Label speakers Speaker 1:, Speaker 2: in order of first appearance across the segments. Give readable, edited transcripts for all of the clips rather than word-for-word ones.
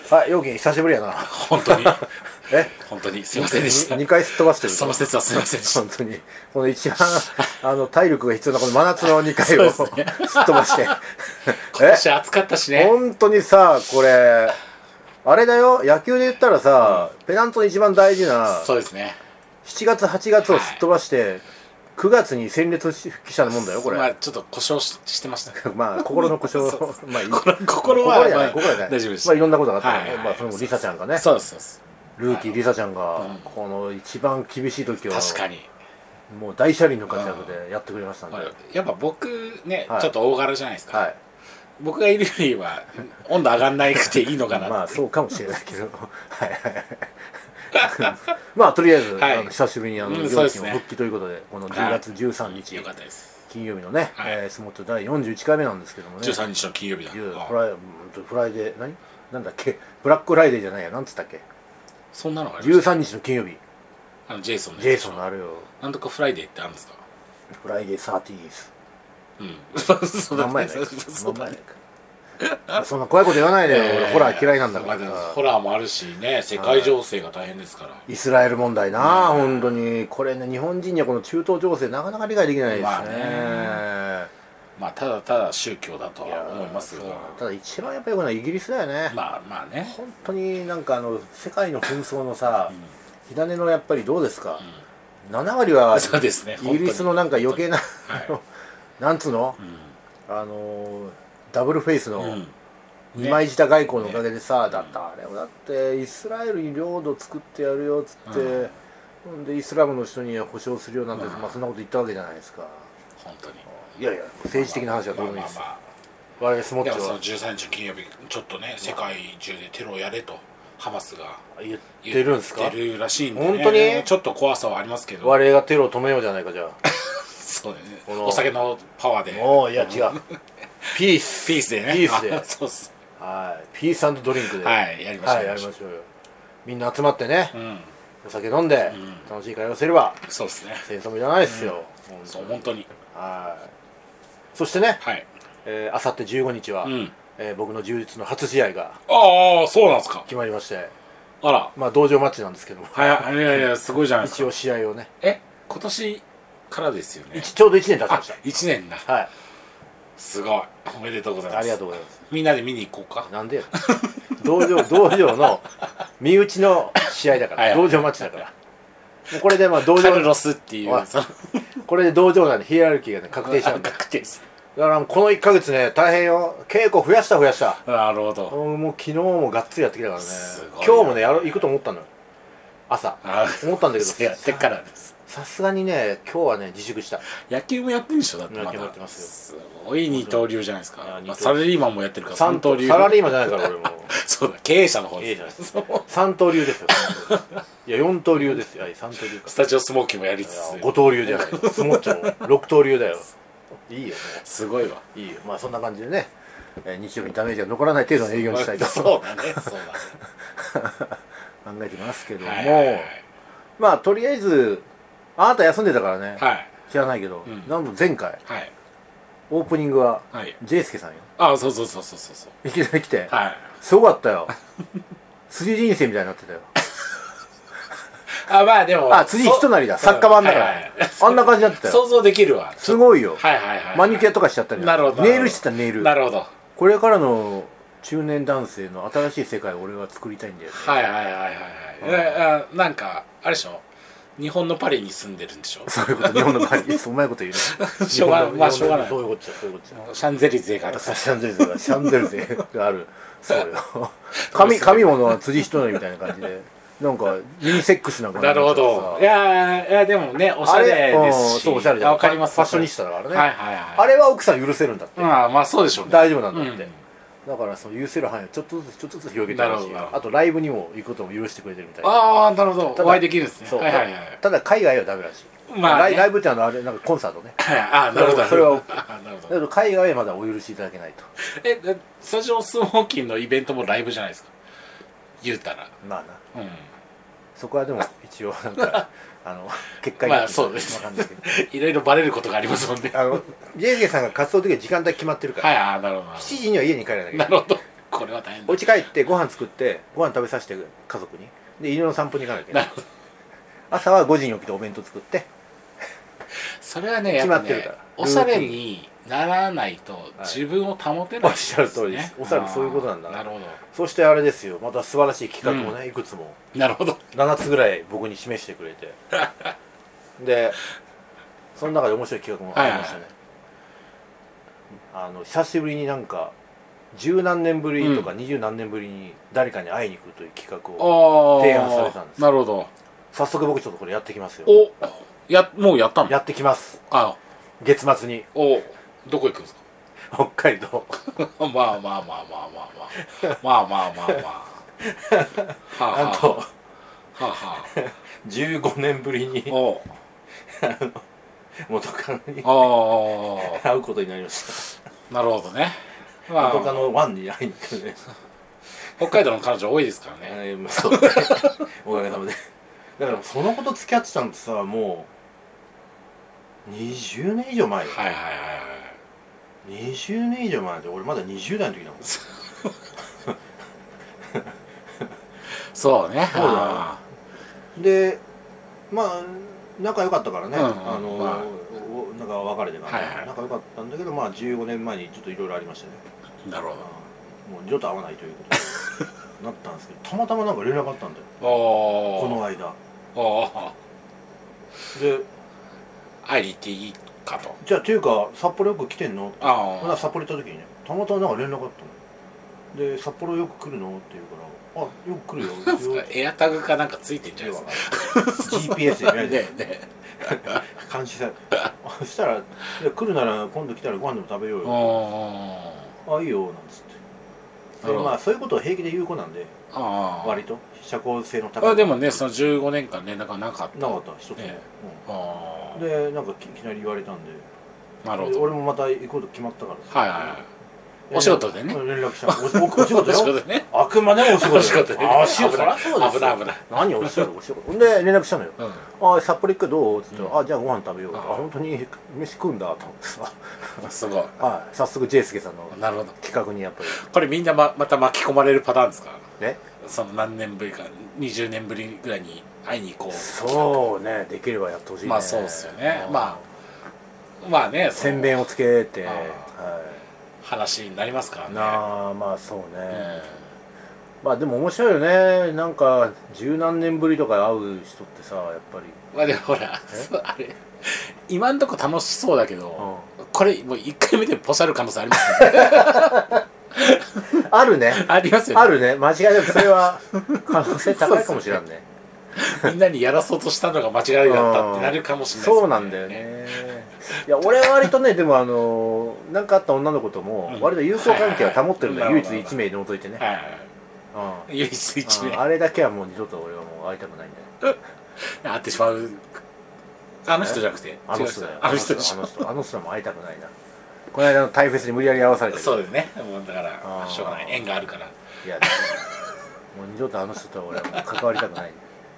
Speaker 1: はい、陽気久しぶりやな。
Speaker 2: 本当に本当にすいませんでした。
Speaker 1: 2回すっ飛ばしてる。
Speaker 2: その説はすいませんでした。
Speaker 1: 本当にこの一番体力が必要なこの真夏の2回をすっ飛ばして
Speaker 2: 今年暑かったしね。
Speaker 1: 本当にさ、これあれだよ、野球で言ったらさ、ペナントの一番大事な
Speaker 2: そうですね。
Speaker 1: 7月8月をすっ飛ばして、9月に戦列復帰したもんだよこれ。
Speaker 2: まあちょっと故障してましたね。
Speaker 1: まあ心の故障まあ
Speaker 2: 心は
Speaker 1: 大
Speaker 2: 丈夫です。
Speaker 1: まあいろんなことがあった
Speaker 2: はい
Speaker 1: よね。まあそれもリサちゃんがね、
Speaker 2: そうですそうです。
Speaker 1: ルーキーリサちゃんがこの一番厳しい時を
Speaker 2: 確かに
Speaker 1: もう大車輪の活躍でやってくれましたんで、
Speaker 2: やっぱ僕ね、
Speaker 1: はい
Speaker 2: ちょっと大柄じゃないですか。
Speaker 1: はい、
Speaker 2: 僕がいるよりは温度上がんなくていいのかなって。
Speaker 1: まあそうかもしれないけどはいはいはいまあとりあえず、
Speaker 2: はい
Speaker 1: 久しぶりに
Speaker 2: そう
Speaker 1: 陽
Speaker 2: ですね
Speaker 1: 気の復帰ということで、この10月13日、
Speaker 2: よかったです。
Speaker 1: 金曜日のね、
Speaker 2: はい
Speaker 1: スモット第41回目なんですけどもね、
Speaker 2: 13日の金曜日だ。
Speaker 1: フライデーなんだっけ、ブラックフライデーじゃないや、なんつったっけ、
Speaker 2: そんなのがありました。
Speaker 1: 13日の金曜日、
Speaker 2: ジェイソンね。
Speaker 1: ジェイソンのあるよ、
Speaker 2: なんとかフライデーってあるんですか。
Speaker 1: フライデー30ス、
Speaker 2: そう
Speaker 1: なんまやないか、
Speaker 2: そうだね。
Speaker 1: そんな怖いこと言わないでよ、俺ホラー嫌いなんだから
Speaker 2: まあでも
Speaker 1: さ。
Speaker 2: ホラーもあるしね、世界情勢が大変ですから。
Speaker 1: イスラエル問題な、本当にこれね、日本人にはこの中東情勢なかなか理解できないですね。
Speaker 2: まあね、まあただただ宗教だとは思いますが、
Speaker 1: ただ一番やっぱり良くないイギリスだよね。
Speaker 2: まあね、
Speaker 1: 本当になんか世界の紛争のさ、火種のやっぱりどうですか、7割は
Speaker 2: そうですね。
Speaker 1: イギリスのなんか余計ななんつうの、ダブルフェイスの二枚舌外交のおかげでさ、だってあれだってイスラエルに領土作ってやるよっつって、でイスラムの人に保証するよなんて、まあそんなこと言ったわけじゃないですか。
Speaker 2: 本当に。
Speaker 1: いやいや、政治的な話はどうでもいいです。我々スモッチは
Speaker 2: でもその13日金曜日ちょっとね、世界中でテロをやれとハマスが
Speaker 1: 言ってるんですか。
Speaker 2: 言ってるらしいんで、ね、
Speaker 1: 本当に
Speaker 2: ちょっと怖さはありますけど、
Speaker 1: 我々がテロを止めようじゃないか。じゃあ
Speaker 2: そうだね、お酒のパワーで。
Speaker 1: おお、いや違うピース
Speaker 2: でね、
Speaker 1: ピースで
Speaker 2: そうっす、
Speaker 1: はい、ピース&ドリンクで、
Speaker 2: はい、やりましょう、
Speaker 1: はい、やりましょうよ。みんな集まってね、
Speaker 2: うん、
Speaker 1: お酒飲んで、楽しい会話をすれば
Speaker 2: そうですね、
Speaker 1: 戦争もいらないですよ、
Speaker 2: そう本当に。
Speaker 1: はい。そしてね、
Speaker 2: はい、
Speaker 1: あさって15日は、僕の充実の初試合が
Speaker 2: ああ、そうなんですか。
Speaker 1: 決まりまして、
Speaker 2: あら、
Speaker 1: まあ道場マッチなんですけども、
Speaker 2: いやいや、すごいじゃないですか。
Speaker 1: 一応試合をね、
Speaker 2: 今年からですよね。
Speaker 1: ちょうど1年経ちました。
Speaker 2: 1年だ。
Speaker 1: はい、
Speaker 2: すごい、おめでとうございます。
Speaker 1: ありがとうございます。
Speaker 2: みんなで見に行こうか。
Speaker 1: なんでや道場の身内の試合だから、道場マッチだから、もうこれでまあ道場
Speaker 2: カルロスっていう、
Speaker 1: これで道場なんでヒエラルキーがね確定しちゃうんだ。
Speaker 2: 確定です。
Speaker 1: だからこの1ヶ月ね、大変よ。稽古増やした。
Speaker 2: なるほど。
Speaker 1: もう昨日もがっつりやってきたからね。
Speaker 2: すごいな。
Speaker 1: 今日もね行くと思ったのよ、朝思ったんだけど、
Speaker 2: やってからです。
Speaker 1: さすがにね今日はね自粛した。
Speaker 2: 野球もやってるんでしょ。だって
Speaker 1: 野球もやってますよ。
Speaker 2: すごい二刀流じゃないですか。サラリーマンもやってるから
Speaker 1: 三刀流。サラリーマンじゃないから俺も
Speaker 2: そうだ、経営者の方です。
Speaker 1: 三刀流ですよ。いや4刀流ですよ。三刀流か。
Speaker 2: スタジオスモーキーもやりつつ
Speaker 1: 5刀流じゃない、スモッチョも6刀流だよ。いいよね、
Speaker 2: すごいわ。
Speaker 1: いいよ。まあそんな感じでね、日曜日にダメージが残らない程度の営業にしたいと
Speaker 2: そうだね、そうだね
Speaker 1: 考えてますけども、まあとりあえずあなた休んでたからね、知らないけど、なんと前回オープニングはジェイスケさんよ。
Speaker 2: あ、そう
Speaker 1: いきなり来て、すごかったよ。辻人生みたいになってたよ。
Speaker 2: まあでも
Speaker 1: 辻人なりだ、作家版だからあんな感じになってたよ。
Speaker 2: 想像できるわ。
Speaker 1: すごいよ。マニキュアとかしちゃったり、ネイルしてた。ネイル。
Speaker 2: なるほど。
Speaker 1: これからの中年男性の新しい世界を俺は作りたいんだよね。
Speaker 2: なんかあれでしょ、日本のパリに住んでるんでしょ。
Speaker 1: そういうこと、日本のパリ。うまいこと言うね。
Speaker 2: しょうがない。そういう
Speaker 1: ことじゃ。
Speaker 2: シャンゼリゼがある。
Speaker 1: シャンゼリゼがある。そうよ。髪ものは辻人なりみたいな感じで。なんかユニセックスな感じ。
Speaker 2: なるほど。いやでもね、おしゃれですし。
Speaker 1: そう、おしゃれだ。
Speaker 2: わかります。
Speaker 1: ファッショニスタだからね。
Speaker 2: はい。
Speaker 1: あれは奥さん許せるんだって。
Speaker 2: まあそうでしょうね。
Speaker 1: 大丈夫なんだって。だからその許せる範囲をちょっとずつ広げてるし、あとライブにも行くことも許してくれてるみたいな。
Speaker 2: ああ、なるほど。お会いできるんですね。
Speaker 1: ただ海外はダメらしい。ライブってあれなんかコンサートね。
Speaker 2: なるほど。
Speaker 1: それはだけど海外はまだお許しいただけないと。
Speaker 2: スタジオスモーキーのイベントもライブじゃないですか、言うたら。
Speaker 1: まあな、そこはでも一応なんか結果に
Speaker 2: まあそうです。いろいろバレることがありますもんね。
Speaker 1: ジェイスケさんが活動的に時間帯決まってるから。
Speaker 2: なるほど。
Speaker 1: 7時には家に帰らなきゃいけない。
Speaker 2: なるほど。 これは大変だ。
Speaker 1: お家帰ってご飯作ってご飯食べさせて家族にで犬の散歩に行かなきゃいけない。朝は5時に起きてお弁当作って。
Speaker 2: それはねやっぱねおしゃれにならないと自分を保てない、
Speaker 1: おっしゃる通りです。おそらくそういうことなんだな。
Speaker 2: なるほど。
Speaker 1: そしてあれですよ、また素晴らしい企画をね、いくつも
Speaker 2: なるほど
Speaker 1: 7つぐらい僕に示してくれてでその中で面白い企画もありましたね。久しぶりになんか十何年ぶりとか20何年ぶりに誰かに会いに行くという企画を提案されたんです。
Speaker 2: なるほど。
Speaker 1: 早速僕ちょっとこれやってきますよ。
Speaker 2: もうやったの？
Speaker 1: やってきます。月末に。
Speaker 2: どこ行くんですか？
Speaker 1: 北海道。
Speaker 2: まあまあまあまあまあまあまあまあまあまあ
Speaker 1: なんと15年ぶりに元カノに会うことになりました。
Speaker 2: なるほどね。
Speaker 1: 元カノ1に会いに行くね。
Speaker 2: 北海道の彼女多いですからね。
Speaker 1: そうね。おかげさまで。だからその子と付き合ってたのってさ、もう20年以上前よ。
Speaker 2: はいはいはいはい。
Speaker 1: 20年以上前で俺まだ20代の時だもん。
Speaker 2: そうね。
Speaker 1: そうだ。でまあ仲良かったからね、なんか別れてから仲良かったんだけど、まあ15年前にちょっといろいろありましたね。なるほど。もう二度と会わないということになったんですけど、たまたまなんか連絡あったんだよ、この間。で
Speaker 2: 会いに行っていいかと。
Speaker 1: じゃあっていうか札幌よく来てんのって。札幌行った時にね、たまたまなんか連絡あったので、札幌よく来るのって言うから、よく来るよ。
Speaker 2: エアタグかなんかついてんじゃないですか。
Speaker 1: GPS で見られて監視されそしたら来るなら今度来たらご飯でも食べようよ。いいよなんつって。まあそういうことを平気で言う子なんで、割と社交性の高い。
Speaker 2: でもね、その15年間連絡がなかった。
Speaker 1: 一つも。でなんかいきなり言われたんで、
Speaker 2: なるほど。
Speaker 1: 俺もまた行くこと決まったからさ。
Speaker 2: はいはいはい。お仕事でね。
Speaker 1: 連絡した。お仕事よ。あくまでもお仕事。お仕事で。危ない危ない。何をおっしゃるお仕事。で連絡したのよ。札幌行くどう？つって、じゃあご飯食べよう。本当に飯食うんだと思ってさ。
Speaker 2: すごい。
Speaker 1: 早速ジェイスケさんの企画にやっぱり。
Speaker 2: これみんなまた巻き込まれるパターンですか？
Speaker 1: ね。
Speaker 2: その何年ぶりか20年ぶりぐらいに会いに行こう。
Speaker 1: そうね、できればやってほしいね。
Speaker 2: まあそうですよね。まあね、
Speaker 1: 宣伝をつけて
Speaker 2: 話になりますからね。
Speaker 1: まあそうね。まあでも面白いよね。なんか十何年ぶりとか会う人ってさ、やっぱり。
Speaker 2: まあでもほら、あれ今んとこ楽しそうだけど、これもう1回目でポシャる可能性ありますね。
Speaker 1: あるね。
Speaker 2: ありますよね。あ
Speaker 1: るね。間違いなくそれは可能性高いかもしれんね。
Speaker 2: みんなにやらそうとしたのが間違いだったってなるかもしれないですね。
Speaker 1: そうなんだよね。いや俺は割とね、でも何かあった女の子とも割と友好関係は保ってるんだよ。唯一1名除いてね。
Speaker 2: 唯一1名。
Speaker 1: あれだけはもう二度と俺はもう会いたくないんだよ。
Speaker 2: 会ってしまう。あの人じゃなくて、
Speaker 1: あの人だよ。
Speaker 2: あの人
Speaker 1: も会いたくないな。この間のタイフェスに無理やり合わされて。
Speaker 2: そうですね。もうだからしょうがない、縁があるから。
Speaker 1: いや、もう二度とあの人とは俺はもう関わりたくない。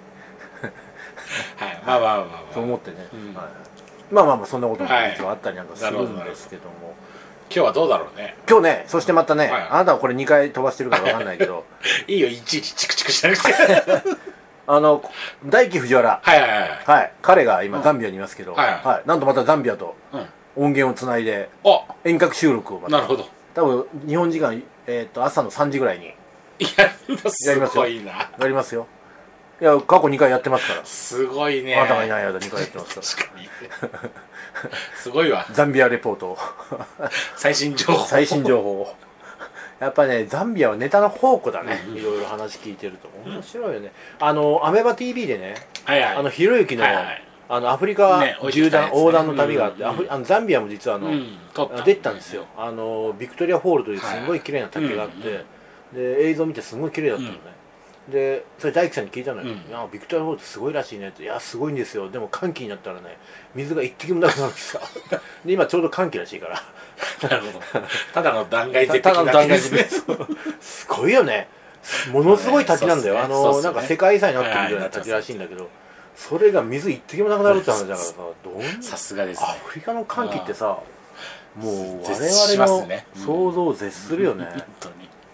Speaker 2: はい、まあまあまあ
Speaker 1: そう思ってね。まあそんなことも実はあったりなんかするんですけども。
Speaker 2: 今日はどうだろうね。
Speaker 1: 今日ね、そしてまたね、あなたはこれ2回飛ばしてるから分かんないけど。
Speaker 2: いいよ、いちいちチクチクしなくて。
Speaker 1: 大輝藤原。はい。彼が今ザンビアにいますけど、なんとまたザンビアと音源をつないで遠隔収録をまた。
Speaker 2: なるほど。
Speaker 1: 多分日本時間朝の3時ぐらいに
Speaker 2: やりますよ。
Speaker 1: やりますよ。いや過去2回やってますから。
Speaker 2: すごいね。
Speaker 1: あなたがいない間2回やってますから。
Speaker 2: 確かに。すごいわ。
Speaker 1: ザンビアレポート。
Speaker 2: 最新情報。
Speaker 1: やっぱね、ザンビアはネタの宝庫だね。いろいろ話聞いてると面白いよね。アメバ TV でね、ひろゆきのアフリカ横断の旅があって、ザンビアも実は出てたんですよ。ビクトリアフォールというすごい綺麗な滝があって、で映像見てすごい綺麗だったのね。でそれ大樹さんに聞いたのよ。いやビクトリアフォールってすごいらしいねって。いやすごいんですよ。でも寒気になったらね、水が一滴もなくなるんですよ。で今ちょうど寒気らしいから。
Speaker 2: なるほど。ただの断崖絶壁ですね。
Speaker 1: すごいよね。ものすごい滝なんだよ。なんか世界遺産になってるような滝らしいんだけど、それが水一滴もなくなるって話だからさ、
Speaker 2: さすがですね。
Speaker 1: アフリカの寒気ってさ、もう我々の想像を絶するよね。
Speaker 2: 本当に。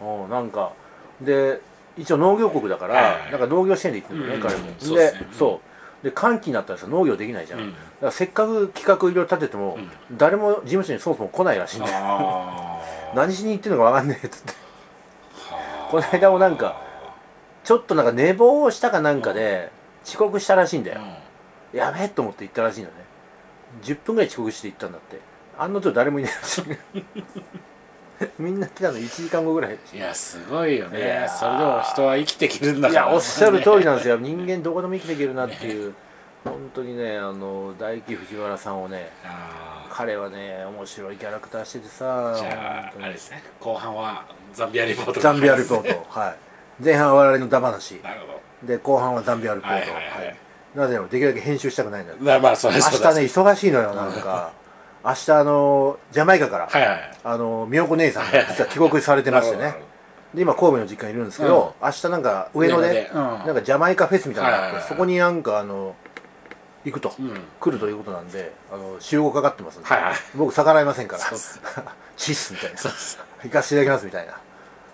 Speaker 1: なんかで一応農業国だから、なんか農業支援で行ってるんだよね、彼も。で乾期になったらさ農業できないじゃん、だからせっかく企画いろいろ立てても、誰も事務所にそもそも来ないらしいんだよ何しに行ってるのか分かんねえっつってこの間もなんかちょっとなんか寝坊をしたかなんかで遅刻したらしいんだよ、やべえと思って行ったらしいんだね。10分ぐらい遅刻して行ったんだって。あんのと誰もいないらしいみんな来たの1時間後ぐらい。
Speaker 2: いやすごいよね。それでも人は生きていけるんだから、
Speaker 1: いやおっしゃる通りなんですよ人間どこでも生きていけるなっていう、本当にね大木藤原さんをね、彼はね面白いキャラクターしててさ。
Speaker 2: じゃああれですね、後半はザンビアリポート。
Speaker 1: ザンビアリポートはい前半は我々のダ話
Speaker 2: なるほど
Speaker 1: で、後半はザンビアリポート。なぜならできるだけ編集したくないんだ。
Speaker 2: まあそうです。
Speaker 1: 明日ね忙しいのよなんか明日ジャマイカから美代子姉さんが実は帰国されてましてね、で今神戸の実家にいるんですけど、明日なんか上野でなんかジャマイカフェスみたいなのがあって、そこになんか行くと、来るということなんで集合かかってますんで、僕逆らいませんからチッスみたいな行かせていただきますみたいな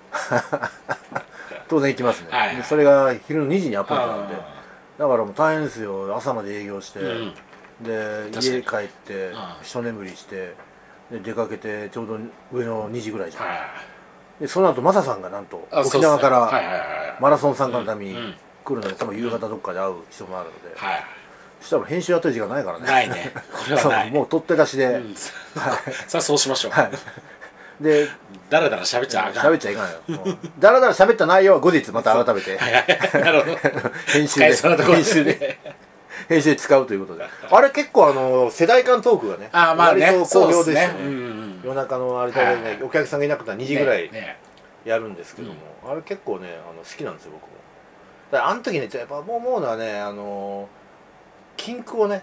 Speaker 1: 当然行きますね。でそれが昼の2時にアポイントなんで、だからもう大変ですよ。朝まで営業して、で家帰って一眠りしてで出かけてちょうど上の2時ぐらいじゃん、でその後マサさんがなんと沖縄からマラソン参加のために来るので、多分夕方どっかで会う人もあるので、そしたら編集やってる時間ないからね。
Speaker 2: ないねこれはない
Speaker 1: もう取って出しで、
Speaker 2: さあそうしましょう。
Speaker 1: で
Speaker 2: だらだら喋っちゃあかん。
Speaker 1: 喋っちゃいかんよ。だらだら喋った内容は後日また改めて
Speaker 2: なるほど
Speaker 1: 編集で使うということで、あれ結構世代間トークがね割と好評でしたね。夜中のあれだね、お客さんがいなかったら2時ぐらいやるんですけども、あれ結構ね好きなんですよ僕も。だからあの時ねやっぱ思うのはね禁句をね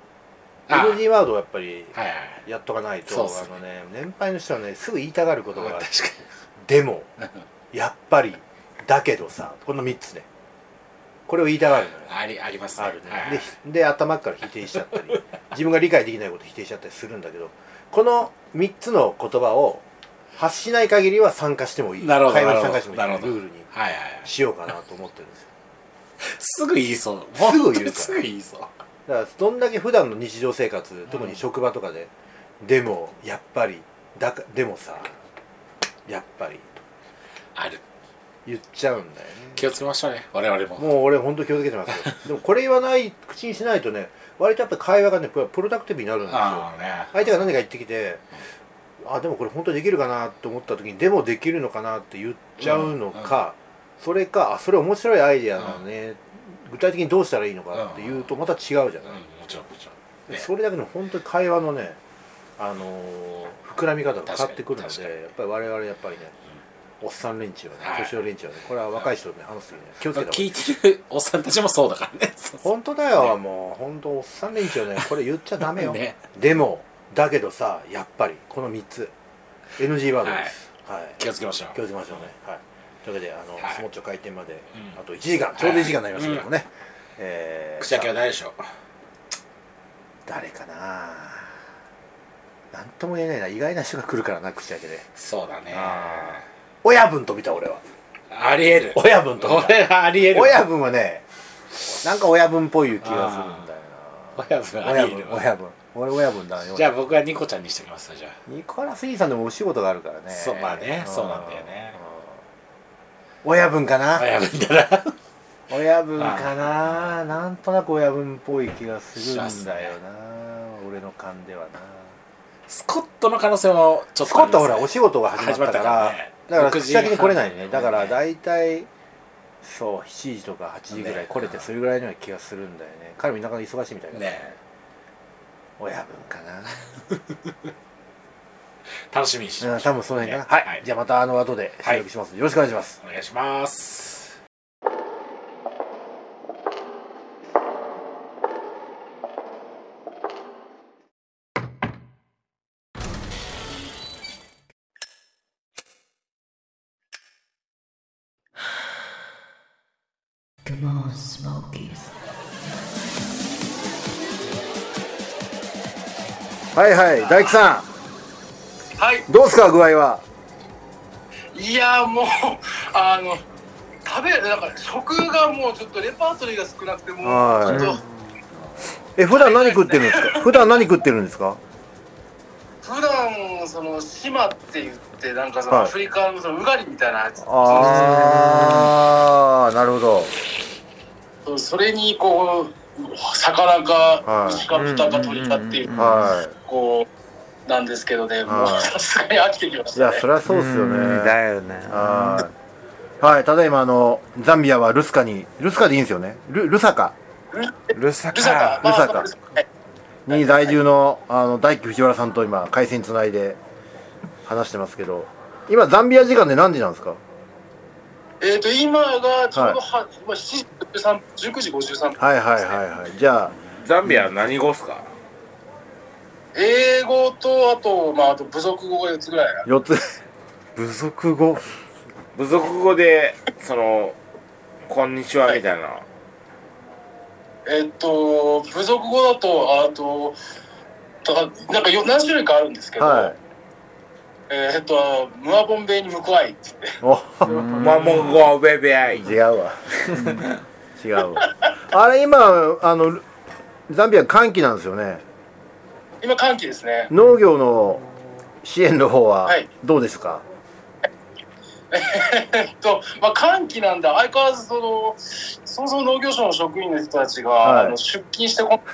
Speaker 1: NG ワードをやっぱりやっとかないと、年配の人はねすぐ言いたがることがでもやっぱりだけどさ、この3つねこれを言いたがるのよ。
Speaker 2: ありますね。
Speaker 1: で頭から否定しちゃったり自分が理解できないことを否定しちゃったりするんだけど、この3つの言葉を発しない限りは参加してもいい、会話に参加してもいいルールにしようかなと思ってるんですよ。
Speaker 2: すぐ言いそう。
Speaker 1: すぐ言うから。
Speaker 2: すぐ言いそう。
Speaker 1: だからどんだけ普段の日常生活、特に職場とかで、でもやっぱりでもさやっぱり
Speaker 2: ある
Speaker 1: 言っちゃうんだよね。
Speaker 2: 気をつけましょうね我々も。
Speaker 1: もう俺本当気をつけてますよでもこれ言わない口にしないとね、割とやっぱり会話がねプロダクティブになるんですよ。相手が何か言ってきて、でもこれ本当にできるかなと思った時に、でもできるのかなって言っちゃうのか、それかそれ面白いアイデアなのね、具体的にどうしたらいいのかっていうとまた違うじゃない。も
Speaker 2: ちろん
Speaker 1: それだけの本当に会話のね膨らみ方が変わってくるので、やっぱり我々やっぱりねおっさん連中はね、年寄り連中はね、これは若い人に話す時に気をつけた方がいい。
Speaker 2: 聞いてるおっさんたちもそうだからね。
Speaker 1: 本当だよ、もう本当おっさん連中はねこれ言っちゃダメよでもだけどさやっぱりこの3つ NG ワードです。
Speaker 2: 気をつけましょう。
Speaker 1: 気をつけましょうね。というわけでスモッチョ開店まであと1時間、ちょうど1時間になりましたけどもね、
Speaker 2: 口開けは誰でしょう。
Speaker 1: 誰かな、なんとも言えないな、意外な人が来るからな、口開けで。
Speaker 2: そうだね。
Speaker 1: 親分と見た俺は。
Speaker 2: ありえる。
Speaker 1: 親分と見た。
Speaker 2: 俺はありえる。
Speaker 1: 親分はねなんか親分っぽい気がするんだよな。
Speaker 2: 親分ありえる。
Speaker 1: 俺親分だよ。
Speaker 2: じゃあ僕はニコちゃんにしておきます。じゃあ
Speaker 1: ニコラス・イーさんでもお仕事があるからね。
Speaker 2: そうまあね、そうなんだよね。
Speaker 1: 親分かな。
Speaker 2: 親分だな。
Speaker 1: 親分かな、なんとなく親分っぽい気がするんだよな、俺の勘ではな。
Speaker 2: スコットの可能性もちょっと、
Speaker 1: スコットはほらお仕事が始まったからだから口先に来れないね。だから大体そう7時とか8時ぐらい来れて、それぐらいの気がするんだよね。彼もなかなか忙しいみたいだね。親分かな
Speaker 2: 楽しみにしてましょう。
Speaker 1: 多分その辺かな。はい、じゃあまた後で収録しますのでよろしくお願いします。
Speaker 2: お願いします。
Speaker 1: はいはい、大樹さん、
Speaker 2: はい、
Speaker 1: どうすか具合は。
Speaker 3: いやもう食べなんか食がもうちょっとレパートリーが少なくても
Speaker 1: はい
Speaker 3: ちょっと
Speaker 1: 普段何食ってるんですか？普段何食ってるんですか？
Speaker 3: 普段その島って言ってなんかその
Speaker 1: はい
Speaker 3: アフリカのそのウガリみたいなやつ、
Speaker 1: ああ、なるほど。
Speaker 3: それにこう魚か牛か豚か鳥かっていう、
Speaker 1: は
Speaker 3: こうなんですけどね、もうさすがに飽きてきまし
Speaker 1: い。いや、
Speaker 3: たね。
Speaker 1: そりゃそうですよね。
Speaker 4: だよね。
Speaker 1: はい。ただいまザンビアはルスカでいいんですよね。ルサカ
Speaker 4: ルサ
Speaker 3: ルサカ、
Speaker 4: カ。
Speaker 1: ルサカ
Speaker 3: はい
Speaker 1: に在住の大工藤原さんと今回線つないで話してますけど、今ザンビア時間で何時なんですか？
Speaker 3: 今がちょうど
Speaker 1: は
Speaker 3: 今7時53 19時53分。
Speaker 1: はいはいはいはい。じゃあ
Speaker 2: ザンビアは何語っすか？
Speaker 3: 英語とあとあと部族語が4つぐらい。
Speaker 1: 4つ
Speaker 4: 部族語。
Speaker 2: 部族語でそのこんにちはみたいな。
Speaker 3: 部族語だとなんか何種類かあるんですけど、
Speaker 1: はい。
Speaker 3: ムアボンベイに向こういって言って。
Speaker 1: お
Speaker 2: マモンゴベベアイ。
Speaker 1: 違うわ違うわ。あれ今ザンビア乾季なんですよね。
Speaker 3: 今寒気ですね。
Speaker 1: 農業の支援の方は
Speaker 3: はい
Speaker 1: どうですか？
Speaker 3: 寒気なんだ。相変わらずそもそも農業省の職員の人たちが、
Speaker 1: はい
Speaker 3: 出勤してこ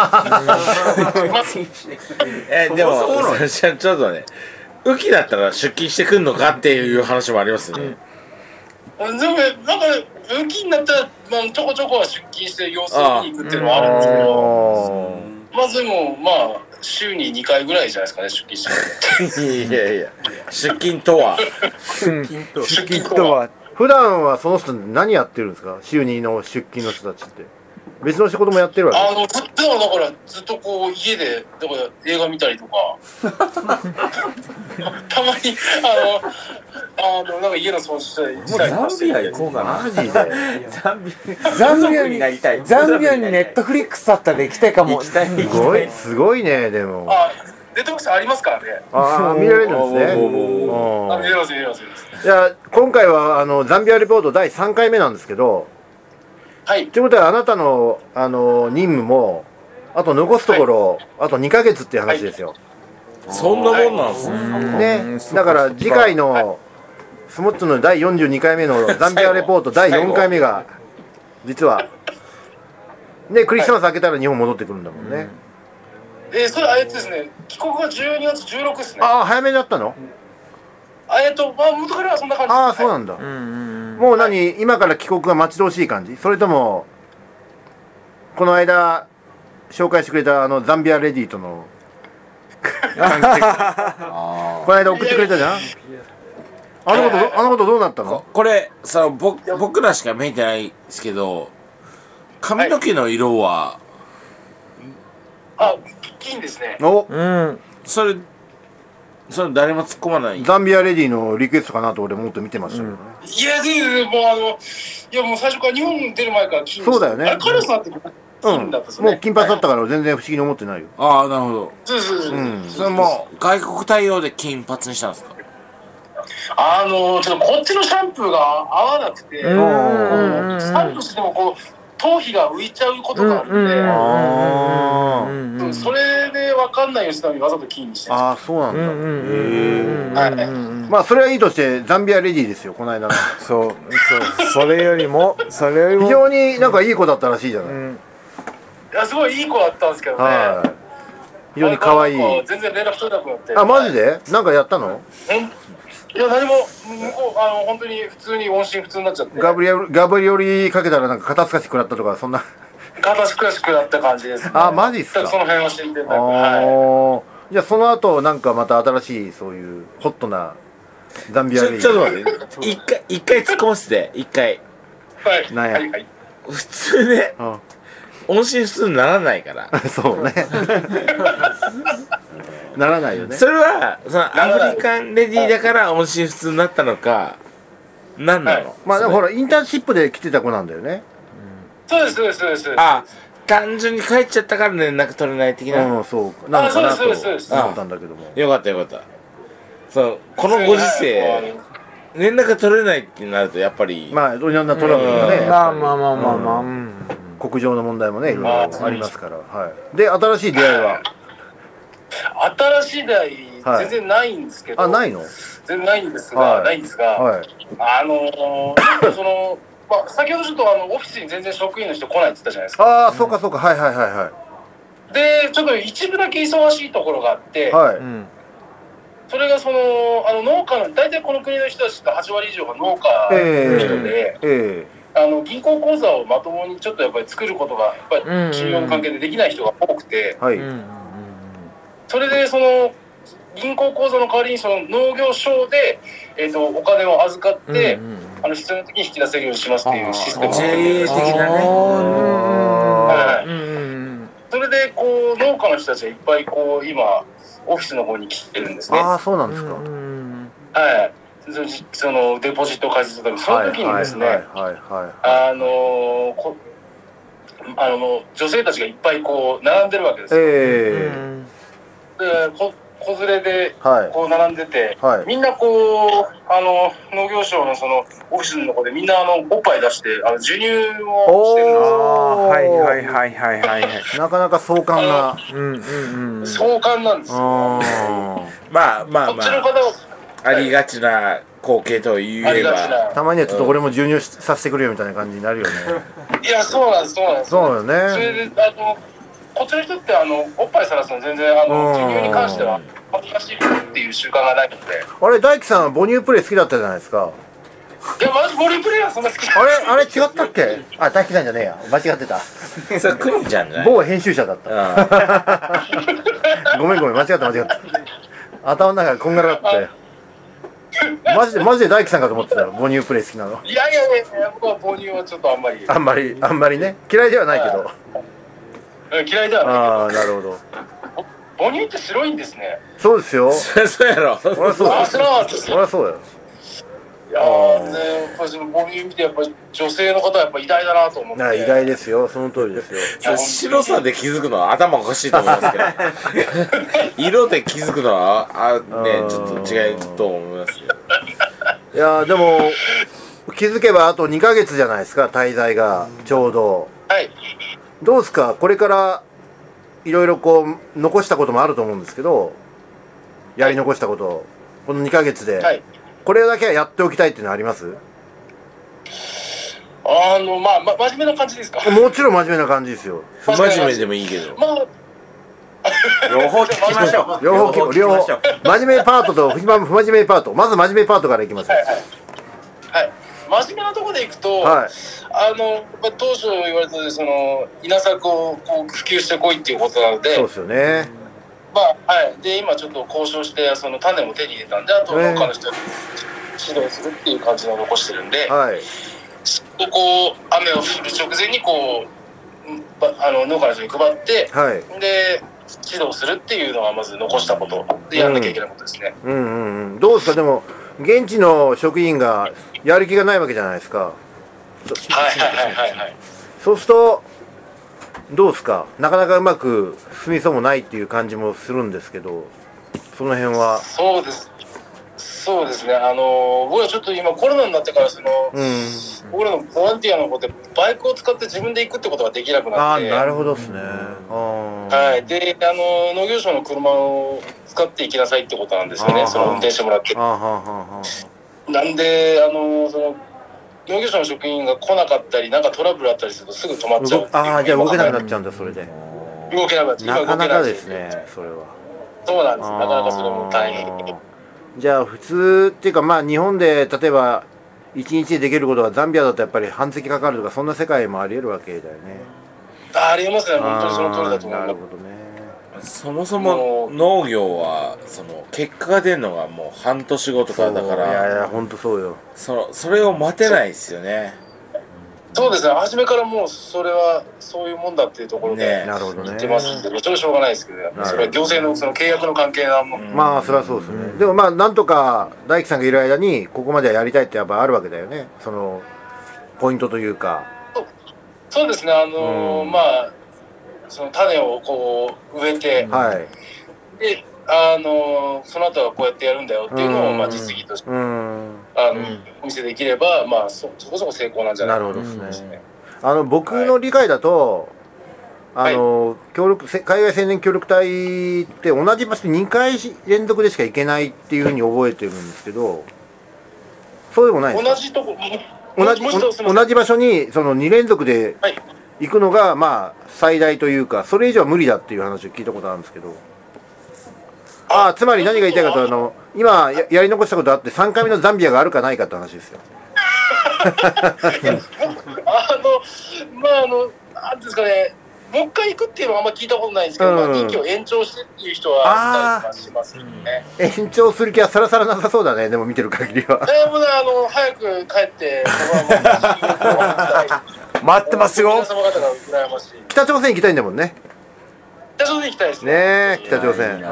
Speaker 2: でもちょっとね、雨季だったら出勤してくんのかっていう話もありますね。
Speaker 3: でもなんか雨季になったら、ちょこちょこは出勤して様子を見に行くっていうのはあるんですけど、でも週に2回ぐらいじゃないですかね、出勤してる。
Speaker 2: いやいや、出勤とは
Speaker 4: 出勤とは。
Speaker 1: 普段はその人何やってるんですか？週2の出勤の人たちって別の仕事もやってるわけですか？
Speaker 3: 普段だからずっとこう家でだから映画見たりとかたまになんか家の掃除したりとかして。
Speaker 4: ザンビア行こうかな。
Speaker 1: マジで
Speaker 4: ザンビアになりたい。ザンビアにネットフリックスあったら行きたいかも。行きたい。
Speaker 1: すごいね。でも
Speaker 3: ネットフリックスありますからね。
Speaker 1: 見られるんですね。
Speaker 3: 見れます見れます。
Speaker 1: いや今回はザンビアレポート第3回目なんですけど、
Speaker 3: はい。
Speaker 1: ということはあなたの任務もあと残すところ、あと2ヶ月っていう話ですよ。
Speaker 2: そんなもんなんすね。
Speaker 1: ね、だから次回のスモッチの第42回目のザンビアレポート第4回目が実はね、クリスマス明けたら日本戻ってくるんだもんね。
Speaker 3: それですね、帰国が12月16ですね。
Speaker 1: ああ、早めになったの？
Speaker 3: 元からはそんな感じです。
Speaker 1: ああ、そうなんだ。もう今から帰国が待ち遠しい感じ？それともこの間紹介してくれたザンビアレディとの関係この間送ってくれたじゃん。あのことどうなったの？
Speaker 2: これさ、僕らしか見てないですけど、髪の毛の色は、
Speaker 3: 金ですね。
Speaker 2: それ誰も突っ込まない。
Speaker 1: ザンビアレディのリクエストかなと俺もっと見てましたけどね。
Speaker 3: いや全然もう最初から日本出る前から金。
Speaker 1: そうだよね。
Speaker 3: カルロスさんって金だったんですよね。
Speaker 1: もう金髪だったから全然不思議に思ってないよ。
Speaker 2: ああ、なるほど。
Speaker 3: そう
Speaker 2: それも外国対応で金髪にしたんですか？
Speaker 3: ちょっとこっちのシャンプーが合わなくて、シャンプーしても頭皮が浮いちゃうことがあるんで、それで分かんないようにするためにわざと金にしてる。
Speaker 1: ああ、そうなんだ。まあそれはいいとしてザンビアレディですよ、この間の。
Speaker 4: それよりも
Speaker 1: 非常になんかいい子だったらしいじゃない。
Speaker 3: いやすごいいい子だったんですけどね。
Speaker 1: 非常に可愛い。
Speaker 3: 全然連絡取れなくなって。
Speaker 1: あ、マジで？なんかやったの？
Speaker 3: いや何も向こう本当に普通に音信不通になっちゃって。
Speaker 1: ガブリオリかけたらなんか肩透かし食らったとかそんな。
Speaker 3: 肩透かし食らった感じですね。
Speaker 1: あ、マジっすか。
Speaker 3: その辺は知ってた。
Speaker 1: じゃあその後なんかまた新しいそういうホットなザンビアレディ。
Speaker 2: ちょっと待って、一回突っ込ませて、一回。
Speaker 1: なんや。
Speaker 2: 普通ね、音信不通にならないから。
Speaker 1: そうね。ならないよね。
Speaker 2: それはそのアフリカンレディーだから音信不通になったのか、何なの？
Speaker 1: まあでもほらインターンシップで来てた子なんだよね。
Speaker 3: そうです。
Speaker 2: あ、単純に帰っちゃったから連絡取れない的な。
Speaker 1: そうなのかなと思ったんだけども。
Speaker 2: よかった。そう、このご時世
Speaker 5: 連絡が取れないってなるとやっぱり
Speaker 1: まあいろんなトラブルがね、
Speaker 4: まあまあまあまあまあ、うん、
Speaker 1: 国情の問題もねいろいろありますから、はい。で新しい出会いは
Speaker 3: 新しい出会い全然ないんですけど、
Speaker 1: ないの？
Speaker 3: 全然ないんですが、
Speaker 1: はい、
Speaker 3: ないんですが、
Speaker 1: はい、
Speaker 3: そのまあ先ほどちょっとオフィスに全然職員の人来ないって言ったじゃないですか。
Speaker 1: ああ、そうかそうか、はいはいはいはい。
Speaker 3: でちょっと一部だけ忙しいところがあって、
Speaker 1: はい。
Speaker 3: それがその農家の大体この国の人たちって8割以上が農家の人で、銀行口座をまともにちょっとやっぱり作ることがやっぱり信用の関係でできない人が多くて、はい、それでその銀行口座の代わりにその農業省で、お金を預かって、必要な時に引き出せるようにしますっていうシステムを作ってるんです。
Speaker 5: 的なね。
Speaker 3: それでこう農家の人たちがいっぱいこう今オフィスの方に来てるんですね。
Speaker 1: ああ、そうなんですか。
Speaker 3: はい。そのデポジットを開設するためにその時にですね、女性たちがいっぱいこう並んでるわけですよ。で子連れでこう並んでて、みんなこう農業省のそのオフィスのとこでみんなおっぱい出して授乳をしてるんですよ。
Speaker 4: はいはいはいはいはい。
Speaker 1: なかなか壮観な、
Speaker 3: 壮観なんですよ。
Speaker 5: まあまあま
Speaker 3: こっちの方は
Speaker 5: ありがちな光景と言えば、
Speaker 1: たまにはちょっと俺も授乳させてくれよみたいな感じになるよね。
Speaker 3: いや、そうなんです、そうなんです。
Speaker 1: そうよね。
Speaker 3: それでこっちの人っておっぱいさらすの全然授乳に関しては恥ずかしいっていう習慣がないので。
Speaker 1: あれ、大樹さん母乳プレイ好きだったじゃないですか。
Speaker 3: いや、マジ母乳プレイはそんな好きじゃない。
Speaker 1: あれ違ったっけ？あ、大樹さんじゃねえや、間違ってた。
Speaker 5: それクリちゃんじゃない？
Speaker 1: 某編集者だった。ごめん間違った。頭の中がこんがらがって。マジで大樹さんかと思ってたよ、母乳プレイ好きなの。
Speaker 3: いや僕は母乳はちょっとあんまりね、嫌いではないけど。 嫌いではないけど。
Speaker 1: ああ、なるほど。
Speaker 3: 母乳って白いんですね。
Speaker 1: そうですよ。
Speaker 5: そうやろ。
Speaker 1: 俺はそうだよ。俺はそうだよ。
Speaker 3: いやーね、やっぱりその母乳見てやっぱり女性の方はやっぱ偉大だなと思って。
Speaker 1: 偉大ですよ、その通りですよ。
Speaker 5: 白さで気づくのは頭おかしいと思いますけど色で気づくのはね、ちょっと違うと思いますよ。
Speaker 1: いやでも気づけばあと2ヶ月じゃないですか、滞在がちょうど。
Speaker 3: はい。
Speaker 1: どうですか、これからいろいろこう残したこともあると思うんですけど、やり残したこと、この2ヶ月で、はい、これだけはやっておきたいっていうのはあります？
Speaker 3: 真面目な感じですか？
Speaker 1: もちろん真面目な感じですよ。
Speaker 5: 真面目でもいいけど。
Speaker 4: 両方聞きましょう。
Speaker 1: 両方真面目パートと不真面目パート。まず真面目パートからいきます。はい。
Speaker 3: 真面目なところでいくと、当初言われたその稲作をこう普及してこいっていうことなので。
Speaker 1: そうですよね。
Speaker 3: で今ちょっと交渉してその種も手に入れたんで、あと農家の人に指導するっていう感じのを残してるんで、こう雨を降る直前にこう農家の人に配って、で指導するっていうのがまず残したことでやんなきゃいけないことですね。
Speaker 1: どうですか、でも現地の職員がやる気がないわけじゃないですか。そうするとどうですか、なかなかうまく進みそうもないっていう感じもするんですけど、その辺は。
Speaker 3: そうですね、僕はちょっと今コロナになってから僕らのボランティアの方でバイクを使って自分で行くってことができなくなって。
Speaker 1: なるほどですね。
Speaker 3: で農業省の車を使って行きなさいってことなんですよね、その運転してもらって。なんでその農業省の職員が来なかったりなんかトラブルあったりするとすぐ止まっちゃう。
Speaker 1: じゃあ動けなくなっちゃうんだ、それで。
Speaker 3: 動けなくなっちゃう。
Speaker 1: なかなかですね、それは。
Speaker 3: そうなんです、なかなかそれも大変。
Speaker 1: じゃあ普通っていうか、日本で例えば1日でできることがザンビアだとやっぱり半月かかるとか、そんな世界もありえるわけだよね。
Speaker 3: ありえますね、本当にその通りだと思います。
Speaker 1: なるほどね。
Speaker 5: そもそも農業はその結果が出るのがもう半年後とかだから。
Speaker 1: いや本当そうよ。
Speaker 5: それを待てないですよね。
Speaker 3: そうですね、初めからもうそれはそういうもんだっていうところで言ってますんで、もちろんしょうがないですけど、それは行政のその契約の関係なもん。
Speaker 1: それはそうですね。でもなんとか大樹さんがいる間にここまではやりたいってやっぱあるわけだよね、そのポイントというか。
Speaker 3: そうですね、その種をこう植えて、でその後はこうやってやるんだよっていうのを、まあ、実技としてお見せできれば、まあ、そこそこ成功なんじゃないかな。
Speaker 1: なるほどですね。僕の理解だと、海外青年協力隊って同じ場所に2回連続でしか行けないっていうふうに覚えてるんですけど、そうでもないですか？同じ場所にその2連続で行くのがまあ最大というか、それ以上は無理だっていう話を聞いたことあるんですけど、つまり何が言いたいかと、今やり残したことあって3回目のザンビアがあるかないかって話ですよ。
Speaker 3: なんですかね、もう一回行くっていうのはあんま聞いたことないんですけど、任期を延長してっていう人はいたりしますよね。
Speaker 1: 延長する気はさらさらなさそうだね、でも見てる限りは。
Speaker 3: もうね、早く帰って、
Speaker 4: 待ってますよ。
Speaker 3: 皆様方が羨ましい。
Speaker 1: 北朝鮮行きたいんだもんね。
Speaker 3: 北朝鮮行きたいですね。
Speaker 1: ねえ、北朝鮮。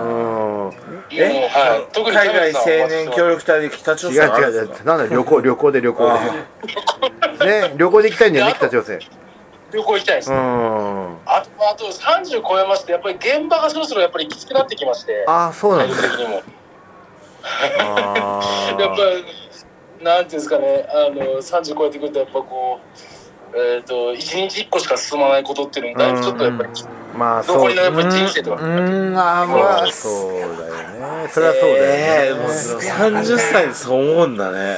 Speaker 3: 特に
Speaker 5: 海外青年協力隊で北朝鮮あるんですか？
Speaker 1: 違う。なんだ旅行で。ね、旅行で行きたいんだよね、北朝鮮。
Speaker 3: 旅行行きたいです。あと30超えまして、やっぱり現場がそろそろやっぱりきつくなってきまして。
Speaker 1: そうなんですね。
Speaker 3: 体力的にも。やっぱりなんていうんですかね、30超えてくるとやっぱこう1日1個しか進まないことっていうのもだいぶちょっとやっぱり残りのやっぱり人生とか。
Speaker 1: そうだよね。それはそうだよね。
Speaker 5: もう30歳でそう思うんだね。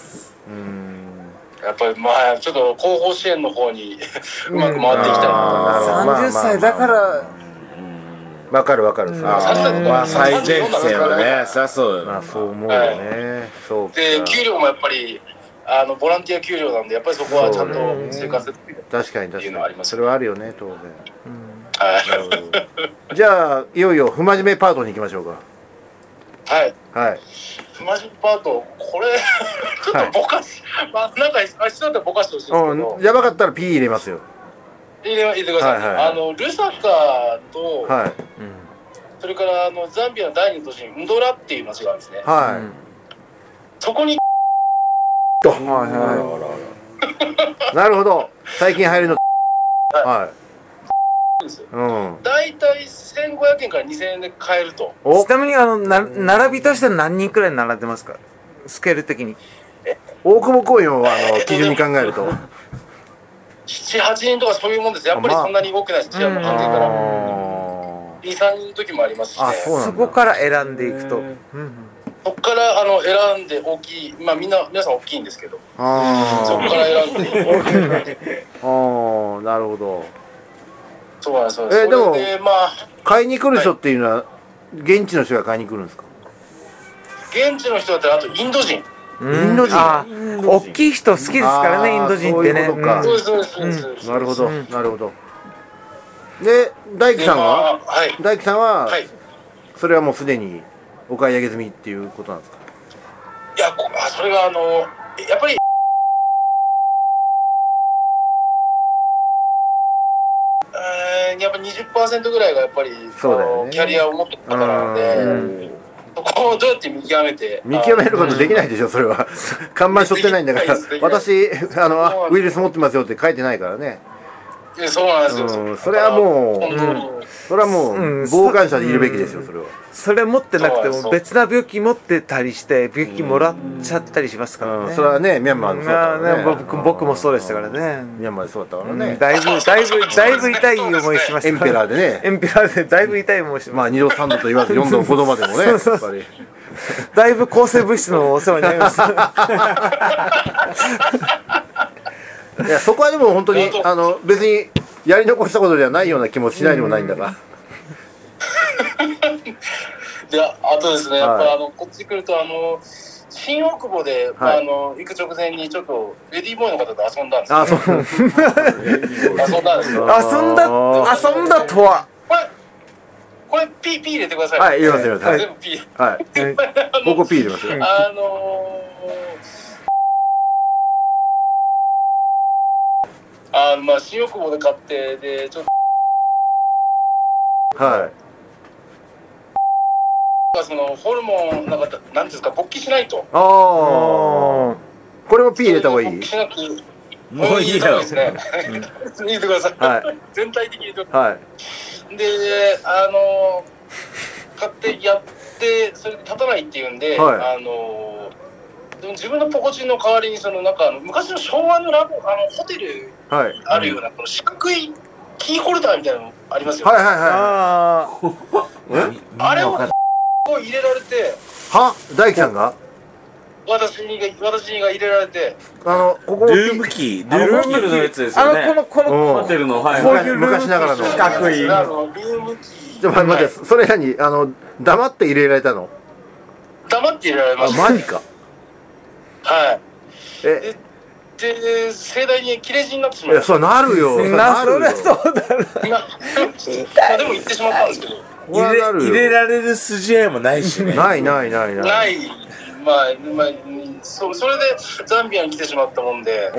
Speaker 3: やっぱりまあちょっと後方支援の方にうまく回っていきたいな。
Speaker 4: 30歳だから
Speaker 1: わかる。
Speaker 5: まあ最前線はね、そりゃそうよ。
Speaker 1: まあそう思うよね。そうか。
Speaker 3: で給料もやっぱりボランティア給料なんで、やっぱりそこはちゃんと生活できるっていうのはあります。
Speaker 1: それはあるよね、当然。じゃあいよいよ不真面目パートに行きましょうか。
Speaker 3: はい。
Speaker 1: 不
Speaker 3: 真面目パート、これちょっとぼかし、なんか必要だったらぼかしてほしいんですけど、
Speaker 1: やばかったら P 入れますよ。
Speaker 3: 入れてください。ルサカと、それからザンビアの第2の都市にンドラっていう町があるんですね。そこに
Speaker 1: なるほど。最近流行りの
Speaker 3: だいたい1500円から2000円で買えると。
Speaker 4: ちなみに並びとしては何人くらい並んでますか、スケール的に？
Speaker 1: 大久保公園を基準に考えると
Speaker 3: 7、8人とかそういうもんです。やっぱりそんなに多くないです。治安の関係から2、3人の時もありますしね。
Speaker 4: そこから選んでいくと、
Speaker 3: そこから選んで大きい、まあ皆さん大きいんですけど、そこから選んで
Speaker 1: なるほど。
Speaker 3: そうなんです。
Speaker 1: でも買いに来る人っていうのは現地の人が買いに来るんですか？
Speaker 3: 現地の人だったら、あとインド人。
Speaker 4: 大きい人好きですからね、インド人ってね。
Speaker 3: そうです。
Speaker 1: なるほど。で大樹さんはそれはもうすでにお買い上げ済みっていうことなんですか？
Speaker 3: いや、それがやっぱりやっぱ 20% ぐらいがやっぱりキャリアを持ってる方なので、そこをどうやって見極め
Speaker 1: ることできないでしょ、それは。看板背負ってないんだから、私ウイルス持ってますよって書いてないからね。
Speaker 3: そうなんですよ。
Speaker 1: それはもう傍観者でいるべきですよ、それは。
Speaker 4: それ持ってなくても別な病気持ってたりして病気もらっちゃったりしますからね。
Speaker 1: それはね、ミャンマーでそうだったからね。
Speaker 4: 僕もそうでしたからね。
Speaker 1: ミャンマーでそうだったからね。
Speaker 4: だいぶ痛い思いしました。
Speaker 1: エンペラーでね。
Speaker 4: エンペラーでだいぶ痛い思いしました。
Speaker 1: 2度3度と言わず4度5度までもね、やっぱり。
Speaker 4: だいぶ抗生物質のお世話になりました。
Speaker 1: いや、そこはでも本当に別にやり残したことではないような気もしないでもないんだが。
Speaker 3: で、あとですね、やっぱこっち来ると新大久保で行く直前にちょっとレディーボーイの方と遊んだんですよ。遊んだんですよ。
Speaker 4: 遊んだとは。
Speaker 3: これ P 入れてください。
Speaker 1: はい、入れます。
Speaker 3: 全部 P。
Speaker 1: はい。ここ P 入れますよ。
Speaker 3: まあ新大久保で買ってでちょっとそのホルモンなんていうんですか、勃起しないと。
Speaker 1: これも P 入れた方がいい？
Speaker 3: 勃起しなく
Speaker 5: もういいよ。
Speaker 3: ですね。入れてください。全体的に言うと。
Speaker 1: はい。
Speaker 3: で、 使ってやってそれで立たないっていうんで、
Speaker 1: は
Speaker 3: でも自分のポコチンの代わりになんか昔の昭和のホテル
Speaker 1: はい
Speaker 3: あるようなこの四角いキーホルダーみたいなのありますよね。
Speaker 1: はいはいは
Speaker 4: あ
Speaker 3: あれをこう入れられて、
Speaker 1: は大樹さんが
Speaker 3: 私が入れられて、
Speaker 1: ここ
Speaker 5: ルームキー
Speaker 6: ホテルのやつですよね。
Speaker 4: この
Speaker 6: ホテルの、はい
Speaker 1: こう
Speaker 6: はい。
Speaker 1: いう昔ながらの
Speaker 4: 四角い
Speaker 3: ルームキー。
Speaker 1: じゃあ待って、それ何黙って入れられたの？
Speaker 3: 黙って入れられました。
Speaker 1: マジか。
Speaker 3: はい。
Speaker 1: え、
Speaker 3: で盛大に切れ死になってし
Speaker 1: いや、
Speaker 3: まいまし
Speaker 1: そうなるよ。
Speaker 4: そりゃそうだろ
Speaker 3: た。でも行ってしまったんですけど。
Speaker 5: 入れられる筋合いもないしね。
Speaker 1: ない。
Speaker 3: ない。それでザンビアに来てしまったもんで。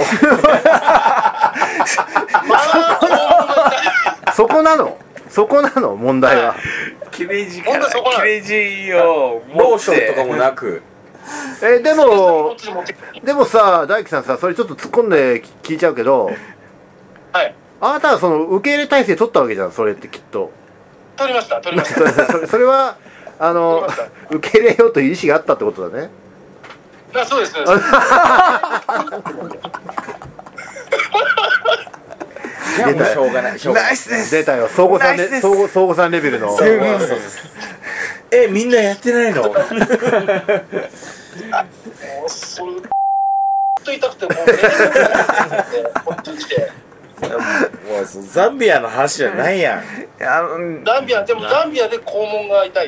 Speaker 1: そこなの問題は。
Speaker 5: 切れ字
Speaker 3: 本当にそこなんです。
Speaker 4: 字を
Speaker 5: ローションとかもなく。
Speaker 1: でもさ、大樹さんさ、それちょっと突っ込んで聞いちゃうけど、
Speaker 3: はい。
Speaker 1: あなたはその受け入れ体制取ったわけじゃん、それってきっと。
Speaker 3: 取りました。
Speaker 1: それは受け入れようという意思があったってことだね。
Speaker 3: そうです。
Speaker 1: 出たよ。
Speaker 5: しょうがない。
Speaker 4: ナイスです
Speaker 1: 出たよ。相互さん
Speaker 4: ナイスです
Speaker 1: 相互さんレベルの。
Speaker 5: みんなやってないの？
Speaker 3: それと痛くてもう寝れなくなってこっちに来て。
Speaker 5: もうザンビアの話じゃないやん。
Speaker 3: ザンビアで肛門が痛い。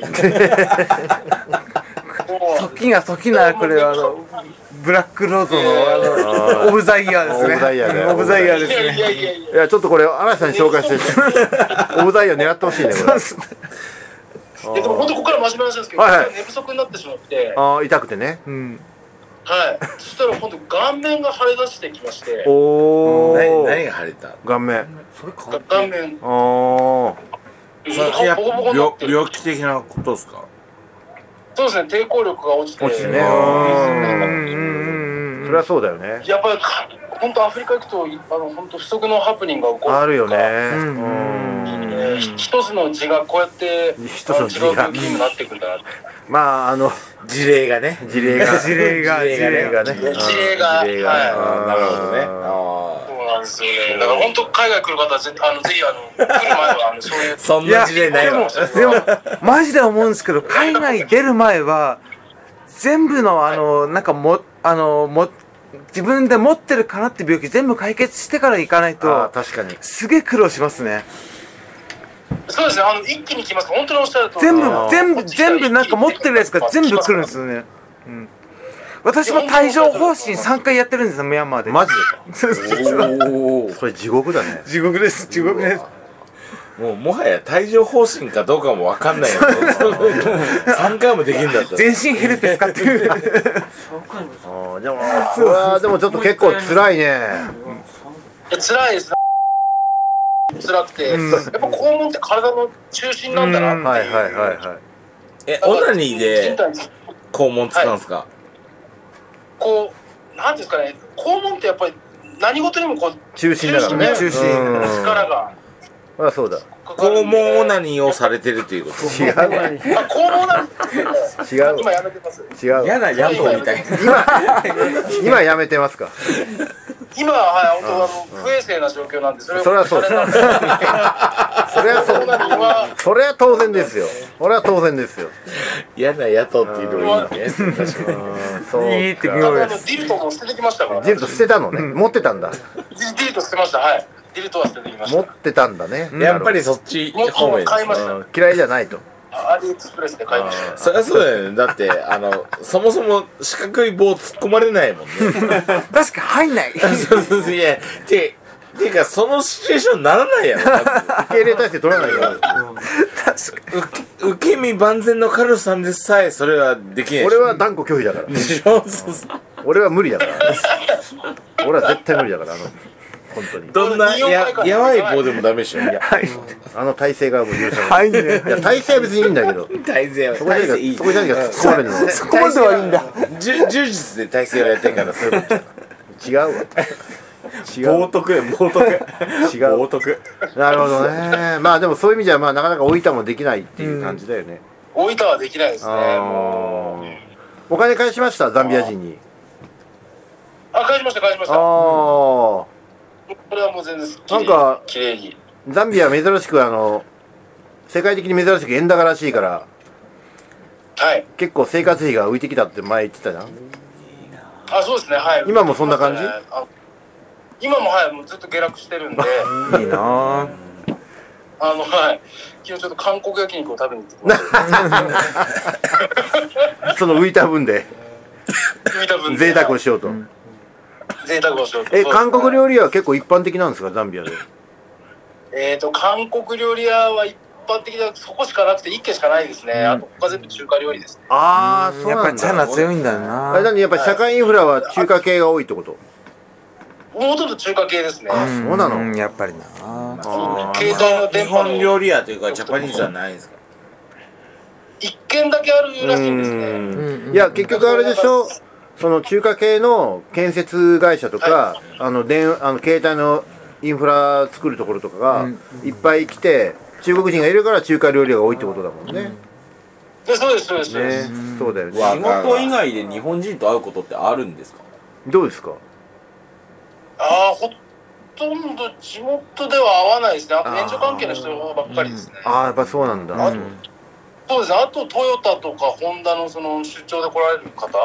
Speaker 4: 時が時ならこれはブラックロードのオブザイヤーですね。
Speaker 1: オブザイヤーだよ
Speaker 4: オブザイヤーですね。
Speaker 1: いや、ちょっとこれ嵐さんに紹介してオブザイヤー狙ってほしいね、これ。
Speaker 3: でも本当ここから真面目な話なんですけど、
Speaker 1: はいはい
Speaker 3: 寝不足になってしまって、
Speaker 1: 痛くてね。
Speaker 3: はい。そしたら本当顔面が腫れ出してきまして、
Speaker 1: おー。
Speaker 5: 何が腫れた？
Speaker 1: 顔面。
Speaker 3: 顔面
Speaker 1: あ
Speaker 5: やっ
Speaker 3: ボコボコになって、
Speaker 5: 病気的なことですか？
Speaker 3: そうですね、抵抗力が落ちて、
Speaker 1: 落ちてね。そりゃそうだよね。
Speaker 3: やっぱり本当アフリカ行くと本当不測のハプニングが起こる。
Speaker 1: あるよね。
Speaker 3: 一つの字がこうやって
Speaker 1: 一つの字が
Speaker 3: 違う空気になっていくんだなって。
Speaker 1: まあ
Speaker 5: 事例がね。
Speaker 1: 事例がね。
Speaker 3: 事例が
Speaker 1: 事例が
Speaker 5: なるほどね。
Speaker 3: そうなんですよね。だから本当海外来る方はぜひ来る前はそういう
Speaker 5: そんな事例ないわ。
Speaker 4: でもマジで思うんですけど、海外出る前は全部のなんか自分で持ってるかなって病気全部解決してから行かないと
Speaker 1: 確かに
Speaker 4: すげえ苦労しますね。
Speaker 3: そうですね。一気に来ます。本当におっしゃると
Speaker 4: 全部なんか持ってるやつが全部来るんですよね。私も帯状疱疹3回やってるんですよ、ミャンマーで。
Speaker 1: マジ
Speaker 4: そう
Speaker 1: でそれ地獄だね。
Speaker 4: 地獄です。
Speaker 5: もはや帯状疱疹かどうかもわかんないよ。3回もできるんだったら。
Speaker 4: 全身ヘルペスかっていう。
Speaker 1: でもこれはでもちょっと結構辛いね。
Speaker 3: 辛いです。辛くて、やっぱ肛門って体の中心なんだなっていう。
Speaker 1: はい
Speaker 5: オナニーで肛門使うんですか？
Speaker 3: こうなんですかね、肛門ってやっぱり何事にもこう
Speaker 1: 中心だからね。
Speaker 4: 中心
Speaker 3: 力が。
Speaker 1: あ、そうだ。
Speaker 5: 肛門オナニーをされてるっていうこと。
Speaker 1: 違うわ。
Speaker 3: 肛門なんですけど、
Speaker 1: 違う。
Speaker 3: 今やめてます。
Speaker 1: 違う。
Speaker 6: 嫌なヤンコみたいな。
Speaker 1: 今やめてますか？
Speaker 3: 今は本当不衛生な状況なんで、それ
Speaker 1: それはそうです。それはそう。それは当然ですよ。それは当然ですよ。
Speaker 5: 嫌な野党っていうのもいいね。
Speaker 1: そう。
Speaker 4: いいって
Speaker 3: ディルトも捨ててきましたから。
Speaker 1: ディルト捨てたのね。持ってたんだ。
Speaker 3: ディルト捨てました。はい。ディルトは捨ててきました。
Speaker 1: 持ってたんだね。
Speaker 5: やっぱりそっち方面
Speaker 3: 買いました。
Speaker 1: 嫌いじゃないと。
Speaker 3: アリエクスプレスで買いました。
Speaker 5: そりゃそうだよね。だってそもそも四角い棒突っ込まれないもんね。
Speaker 4: 確か入んない。
Speaker 5: そういやていうかそのシチュエーションにならないやろ。
Speaker 1: 受け入れ体制取らないよ。
Speaker 5: 受け身万全のカルロスさんでさえそれはできない。
Speaker 1: 俺は断固拒否だから。
Speaker 5: でしょ。
Speaker 1: 俺は無理だから。俺は絶対無理だから本当に。
Speaker 5: どんなやばい棒でもダメでしょ。
Speaker 1: 体勢がもう許さない。いや体勢は別にいいんだけど。
Speaker 5: 体勢は
Speaker 1: そこに何か突っ込まれるの。
Speaker 4: そこまではいいんだ。
Speaker 5: 柔術で体勢をやってるからそういうこと。
Speaker 1: 違うわ。違う。
Speaker 6: 冒涜。
Speaker 1: 違う。なるほどね。まあでもそういう意味じゃなかなか置いたもできないっていう感じだよね。
Speaker 3: 大分はできないですね。もう
Speaker 1: お金返しましたザンビア人に。
Speaker 3: 返しました返しました。
Speaker 1: ああ。
Speaker 3: これはもう全然すっきり
Speaker 1: なんか
Speaker 3: 綺麗に。
Speaker 1: ザンビア珍しく世界的に珍しく円高らしいから
Speaker 3: はい。
Speaker 1: 結構生活費が浮いてきたって前言ってたじゃん。
Speaker 3: そうですね。はい。
Speaker 1: 今もそんな感じ？
Speaker 3: 今ももうずっと下落してるんで。
Speaker 4: いいな
Speaker 3: 昨日ちょっと韓国焼肉を食べに行ってきました。
Speaker 1: その浮いた分で
Speaker 3: 浮いた分で
Speaker 1: 贅沢をしようと。
Speaker 3: 贅沢をしようと。
Speaker 1: 韓国料理は結構一般的なんですかザンビアで。
Speaker 3: 韓国料理屋は一般的なそこしかなくて1軒しかないですね。あと他全部中華料理ですね。
Speaker 1: ああ、そう
Speaker 4: やっぱ
Speaker 1: なんだ。
Speaker 4: りチャイナ強いんだよな
Speaker 1: 何やっぱり社会インフラは中華系が多いってこと？
Speaker 3: もうちょっと中華系ですね。
Speaker 1: そうなの？
Speaker 4: やっぱりな
Speaker 3: 携帯の
Speaker 5: 日
Speaker 3: 電波の
Speaker 5: 本料理屋というかジャパニーズはないんですか？
Speaker 3: 1軒だけあるらしいんですね。
Speaker 1: いや結局あれでしょ、その中華系の建設会社とか、携帯のインフラ作るところとかがいっぱい来て、中国人がいるから中華料理が多いってことだもんね。
Speaker 3: そうですそうですそうです。
Speaker 1: そうだよね。
Speaker 6: 仕事以外で日本人と会うことってあるんですか？
Speaker 1: どうですか？
Speaker 3: ほとんど地元では会わないですね。あと援助関係の人ばっかりですね。
Speaker 1: やっぱそうなんだ。
Speaker 3: そうですね。あとトヨタとかホンダのその出張で来られる方、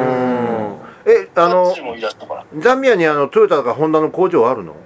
Speaker 3: こっちもいらっしゃるから。
Speaker 1: ザンビアにトヨタとかホンダの工場あるの？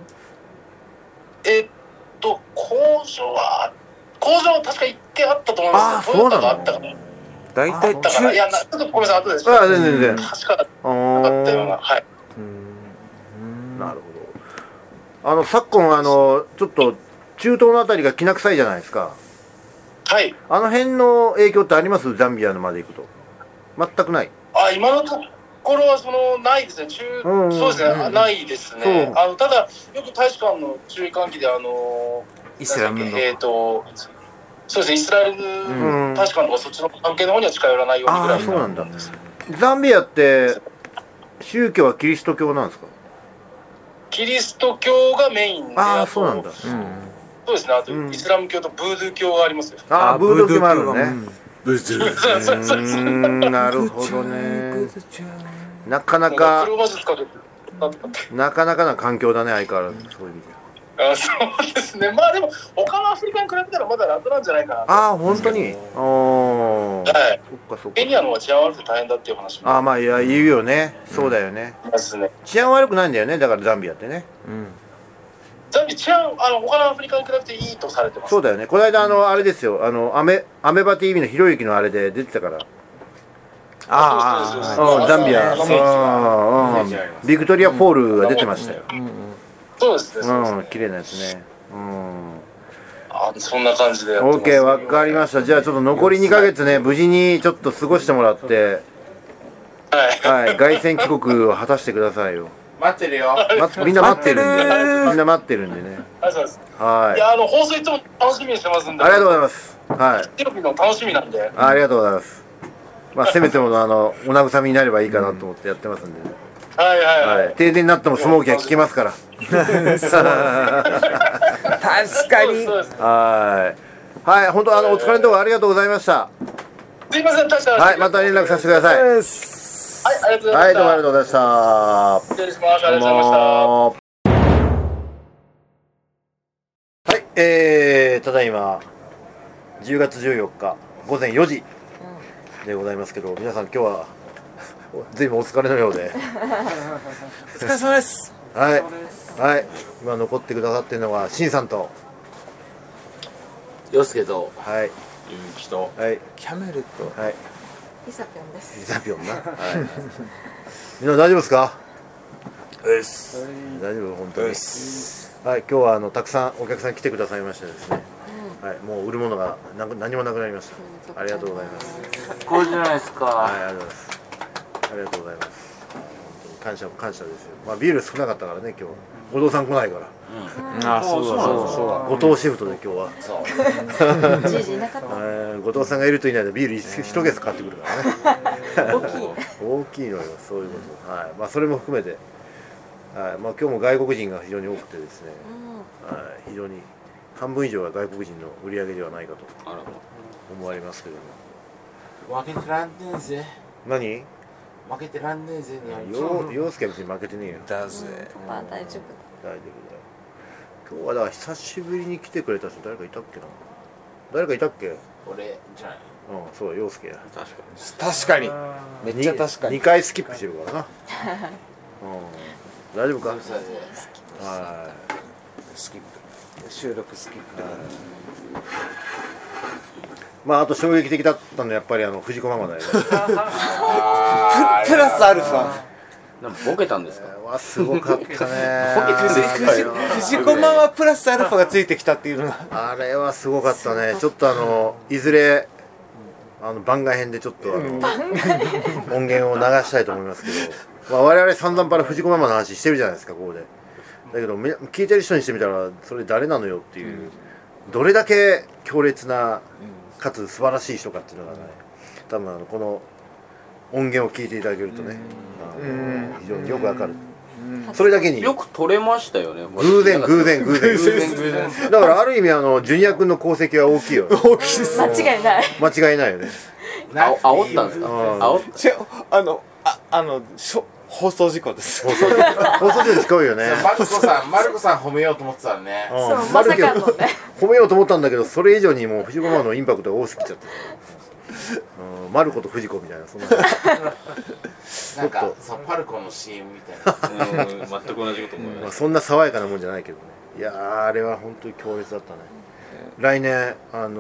Speaker 3: 工場は確か1軒あったと思いますけど、トヨタがあったかな。
Speaker 4: 大体
Speaker 3: いや、ちょっとごめんなさい、後です。
Speaker 1: 全然。
Speaker 3: 確かなかったような。はい。
Speaker 1: なるほど。昨今ちょっと中東のあたりがきな臭いじゃないですか。
Speaker 3: はい。
Speaker 1: あの辺の影響ってあります？ザンビアのまで行くと。全くない。
Speaker 3: 今のところはないですね。そうですね。ないですね。ただよく大使館の注意喚起で
Speaker 4: イスラムの
Speaker 3: そうですね。イスラエル大使館とかそっちの関係の方には近寄らないようにぐらい。
Speaker 1: そうなんだ。ザンビアって宗教はキリスト教なんですか？
Speaker 3: キリスト教がメインで、
Speaker 1: そうなんだ。
Speaker 3: そうですね。あとイスラム教とブードゥー教がありますよ。
Speaker 1: ブードゥー教もあるのね。
Speaker 5: ブードゥー。
Speaker 1: なるほどね。なかなかな環境だね、相変わらずそういう意味で。
Speaker 3: そうですね。まあでも他のアフリカに比べたらまだ楽なんじゃないかな。
Speaker 1: 本当に。
Speaker 3: はい。
Speaker 1: そっか。
Speaker 3: ケニアの方が治安悪くて大変だっていう話も。
Speaker 1: まあいや言うよね。そうだよね。治安悪くないんだよね。だからザンビアってね。
Speaker 3: ザンビア治安他のアフリカに比べていいとされてます。
Speaker 1: そうだよね。この間あれですよ。アメバ TV のひろゆきのあれで出てたから。ザンビア。ビクトリアフォールが出てましたよ。
Speaker 3: そうですね。
Speaker 1: 綺麗なやつね。
Speaker 3: そんな感じで。
Speaker 1: OK、わかりました。じゃあちょっと残り2ヶ月ね、無事にちょっと過ごしてもらって、はい、凱旋帰国を果たしてくださいよ。
Speaker 5: 待ってるよ。
Speaker 1: みんな待ってるんで、みんな待ってるんでね。
Speaker 3: はい。いや放送いつも楽しみにしてますんで。
Speaker 1: ありがとうございます。はい。
Speaker 3: 日曜日の楽しみなんで。
Speaker 1: ありがとうございます。せめてものお慰めになればいいかなと思ってやってますんで。はい。停電になってもスモーキーは聞けますから。
Speaker 4: 確かに。
Speaker 1: はい、本当お疲れのところありがとうございました。
Speaker 3: すいません、
Speaker 1: はい、また連絡させてください。はい、
Speaker 3: ありがとうございました。はい、どうもありがとうございました。失礼します。ありがとうございました。
Speaker 1: はい、ただいま10月14日午前4時でございますけど、皆さん今日は随分お疲れのようで
Speaker 4: お疲れ様です。
Speaker 1: はい、今残ってくださってるのはシンさんと
Speaker 5: ヨスケと
Speaker 1: はい、
Speaker 5: ユンキと
Speaker 4: キャメルと
Speaker 7: リサピョンです。
Speaker 1: リサピョンな。みんな大丈夫ですか？大丈夫本当に。はい、今日はたくさんお客さん来てくださいましてですね。はい、もう売るものが何もなくなりました。ありがとうございます。
Speaker 6: 最高じゃないですか。
Speaker 1: はい、ありがとうございます。ありがとうございます。本当に感謝ですよ。ビール少なかったからね、今日。後藤さん来ないから。
Speaker 4: そうだ。
Speaker 1: 後藤シフトで今日は。
Speaker 7: じいじいなかった。
Speaker 1: 後藤さんがいるといないでビール一ケース買ってくるからね。
Speaker 7: 大きい。
Speaker 1: 大きいのよ、そういうこと。はい、それも含めて。はい、今日も外国人が非常に多くてですね。はい、非常に半分以上が外国人の売り上げではないかと思われますけども。
Speaker 5: 負けてらんねえぜ。
Speaker 1: 何？
Speaker 5: 負けてらんねえぜには
Speaker 1: 陽介は別に負けてねえよ。
Speaker 4: だぜ。
Speaker 7: パパ大丈夫。
Speaker 1: 大丈夫だよ。今日はだから久しぶりに来てくれた人誰かいたっけな。誰かいたっけ？うん、
Speaker 5: 俺じゃない。
Speaker 1: そう陽介や。
Speaker 4: 確かに。めっちゃ確かに。
Speaker 1: 2回スキップしてるからな。大丈夫か？はい。
Speaker 4: スキップ。収録スキップ。
Speaker 1: まああと衝撃的だったのはやっぱり藤子ママだよね。
Speaker 4: プラスアルファ。
Speaker 6: なんかボケたんですか？
Speaker 1: わすごかったね。
Speaker 6: ボケてるんですか？
Speaker 4: 藤子ママプラスアルファがついてきたっていうのが。
Speaker 1: あれはすごかったね。ちょっといずれ番外編でちょっと音源を流したいと思いますけど、我々散々から藤子ママの話してるじゃないですかここで。だけど聞いてる人にしてみたらそれ誰なのよっていう、どれだけ強烈なかつ素晴らしい人かっていうのがね、多分この音源を聞いていただけるとね、非常によくわかる。それだけに
Speaker 6: よく撮れましたよね。
Speaker 1: 偶然だからある意味ジュニア君の功績は大きいよ。
Speaker 4: 大きいです。
Speaker 7: 間違いない。
Speaker 1: 間違いないよね。
Speaker 6: 煽ったんですか？煽っ
Speaker 4: 放送事故です。
Speaker 1: 放送事故に近いよね。
Speaker 5: マルコさん褒めようと思ってたんね。
Speaker 7: そうまさかのね。
Speaker 1: 褒めようと思ったんだけど、それ以上にもう藤子ママのインパクトが多すぎちゃって、マルコと藤子みたいな、そんな
Speaker 5: なんかパルコの CM みたいな。
Speaker 6: 全く同じこと思います。
Speaker 1: そんな爽やかなもんじゃないけどね。いやー、あれは本当に強烈だったね。来年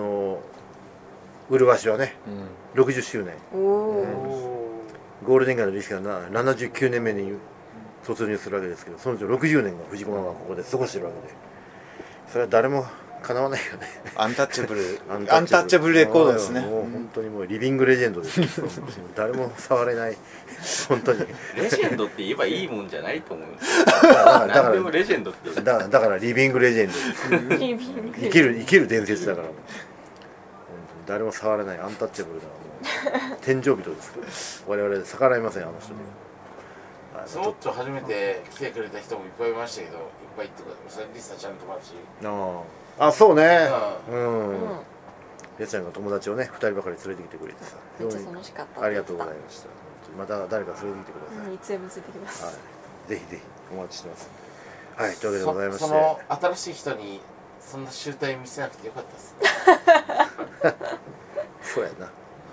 Speaker 1: 麗しはね、60周年、ゴールデン街のリスクが79年目に突入するわけですけど、そのうち60年が藤子ママがここで過ごしてるわけで、それは誰もかなわないよね。
Speaker 4: アンタッチャブルレコードですね。
Speaker 1: もう本当にもうリビングレジェンドですよ。誰も触れない、本当に。
Speaker 6: レジェンドって言えばいいもんじゃないと思う。
Speaker 1: 何
Speaker 6: でもレジェンドって
Speaker 1: だからリビングレジェンドです。
Speaker 7: リビング。
Speaker 1: 生きる伝説だから。誰も触れないアンタッチャブルな天井人ですから、我々逆らいません、あの人に。
Speaker 5: スモッチョ初めて来てくれた人もいっぱいいましたけど、いっぱいってそれリサちゃんと友達。
Speaker 1: そうね。やちゃんが友達をね2人ばかり連れてきてくれてさ、
Speaker 7: めっちゃ楽しかった。
Speaker 1: ありがとうございました。また誰か連れてきてください。
Speaker 7: いつでもついてきます。
Speaker 1: ぜひぜひお待ちしてます。はい、というわけでございまして、
Speaker 5: その新しい人にそんな集大見せなくてよかったです。
Speaker 1: そうやな。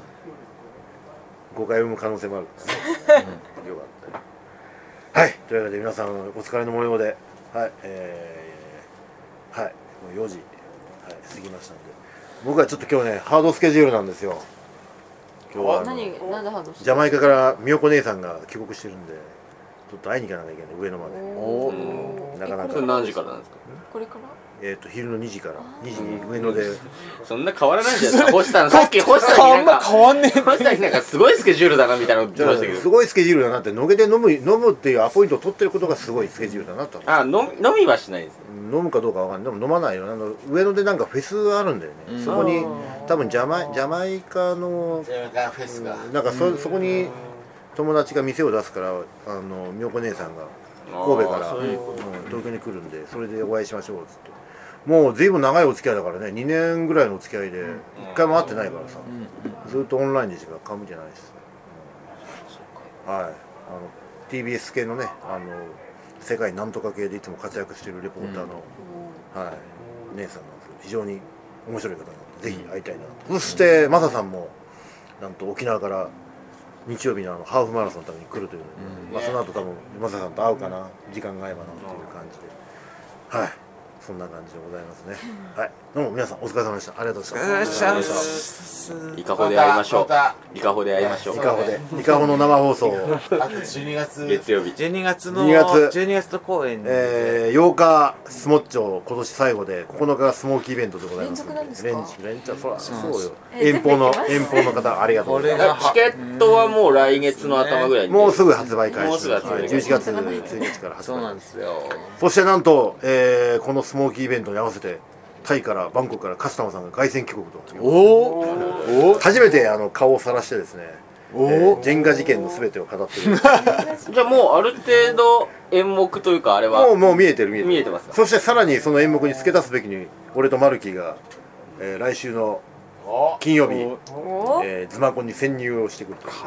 Speaker 1: 誤解を生む可能性もあるからね。よかったよ。はい、というわけで皆さんお疲れの模様で、はい、はい、もう4時、過ぎましたので、僕はちょっと今日ねハードスケジュールなんですよ。今日は
Speaker 7: なんでハード？
Speaker 1: ジャマイカから美代子姉さんが帰国してるんで、ちょっと会いに行かなきゃいけない、上野まで。なかなか。
Speaker 6: それ何時からなんですか？
Speaker 7: これから？
Speaker 1: 昼の2時から2時に上野で。
Speaker 6: そんな変わらないんじゃないですか。星さんさっき星さんになんか変わんねえ。星さんになんかすごいスケジュールだなみたいなの言ってましたけど。
Speaker 1: すごいスケジュールだなって、野毛で飲むっていうアポイントを取ってることがすごいスケジュールだなと。
Speaker 6: 飲みはしないです。
Speaker 1: 飲むかどうかわかんない。でも飲まないよ。上野でなんかフェスあるんだよね。そこに多分ジャマイカの
Speaker 5: ジャマイカフェスが
Speaker 1: なんかそこに友達が店を出すから、美代子姉さんが神戸から東京に来るんで、それでお会いしましょうっつって。もう随分長いお付き合いだからね、2年ぐらいのお付き合いで1回も会ってないからさ、ずっとオンラインでしか顔見てないしさ、はい、TBS 系のね、世界なんとか系でいつも活躍しているレポーターの、はい、姉さんなんですけど、非常に面白い方なのでぜひ会いたいな。そしてマサさんもなんと沖縄から日曜日のハーフマラソンのために来るというので、その後多分マサさんと会うかな、時間が合えばなという感じで、はい、そんな感じでございますね。はい、どうも皆さんお疲れ様でした。ありがとうございました。
Speaker 6: イカホで会いましょう。イカホで会いましょう。
Speaker 1: イカホの生放送。
Speaker 5: 12月
Speaker 6: 月曜日。
Speaker 4: 12月の公演。
Speaker 1: 8日スモッチョ今年最後で、9日がスモーキーイベントでございます。
Speaker 7: 連続なんですか？
Speaker 1: 連チャそうよ。遠方の方ありがとうございます。
Speaker 6: チケットはもう来月の頭ぐらいに。
Speaker 1: もうすぐ発売開始。
Speaker 6: もうすぐ発売開始。
Speaker 1: 11月1日から発売。
Speaker 4: そうなんですよ。
Speaker 1: そしてなんとこのスモーキーイベントに合わせてタイからバンコクからカスタマーさんが凱旋帰国と、初めて顔をさらしてですね、ジェンガ事件の全てを語っている。
Speaker 6: じゃあもうある程度演目というかあれは
Speaker 1: もう見えてる
Speaker 6: 見えてますか？
Speaker 1: そしてさらにその演目に付け足すべきに俺とマルキーが、来週の金曜日、
Speaker 7: お
Speaker 1: ズマコンに潜入をしてくると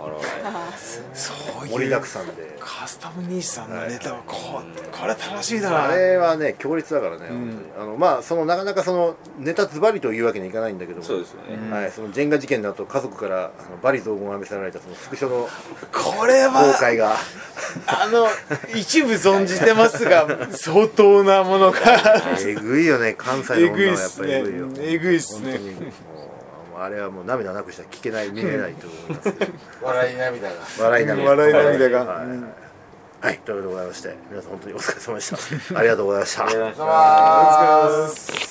Speaker 4: そう
Speaker 1: 盛り
Speaker 4: いう
Speaker 1: だくさんで、
Speaker 4: カスタム兄さんのネタはこれ楽しみだな。
Speaker 1: あれはね強烈だからね、本当にまあそのなかなかそのネタズバリというわけにいかないんだけども、
Speaker 5: そうですよね。
Speaker 1: はい、そのジェンガ事件の後家族から罵詈雑言を浴びせられたそのスクショの
Speaker 4: これ
Speaker 1: 公
Speaker 4: は
Speaker 1: 開が
Speaker 4: 一部存じてますが相当なものが
Speaker 1: えぐいよね。関西の女はやっぱりえぐいよ。
Speaker 4: えぐいっすね。
Speaker 1: 本当にもうあれはもう涙なくしたら聞けない見れないと思いますけど
Speaker 5: 笑い涙が。
Speaker 1: 笑い涙
Speaker 4: 笑い涙が
Speaker 1: はい、はい、ということでございまして皆さん本当にお疲れ様でしたありがとうございました
Speaker 5: ありがとうございます。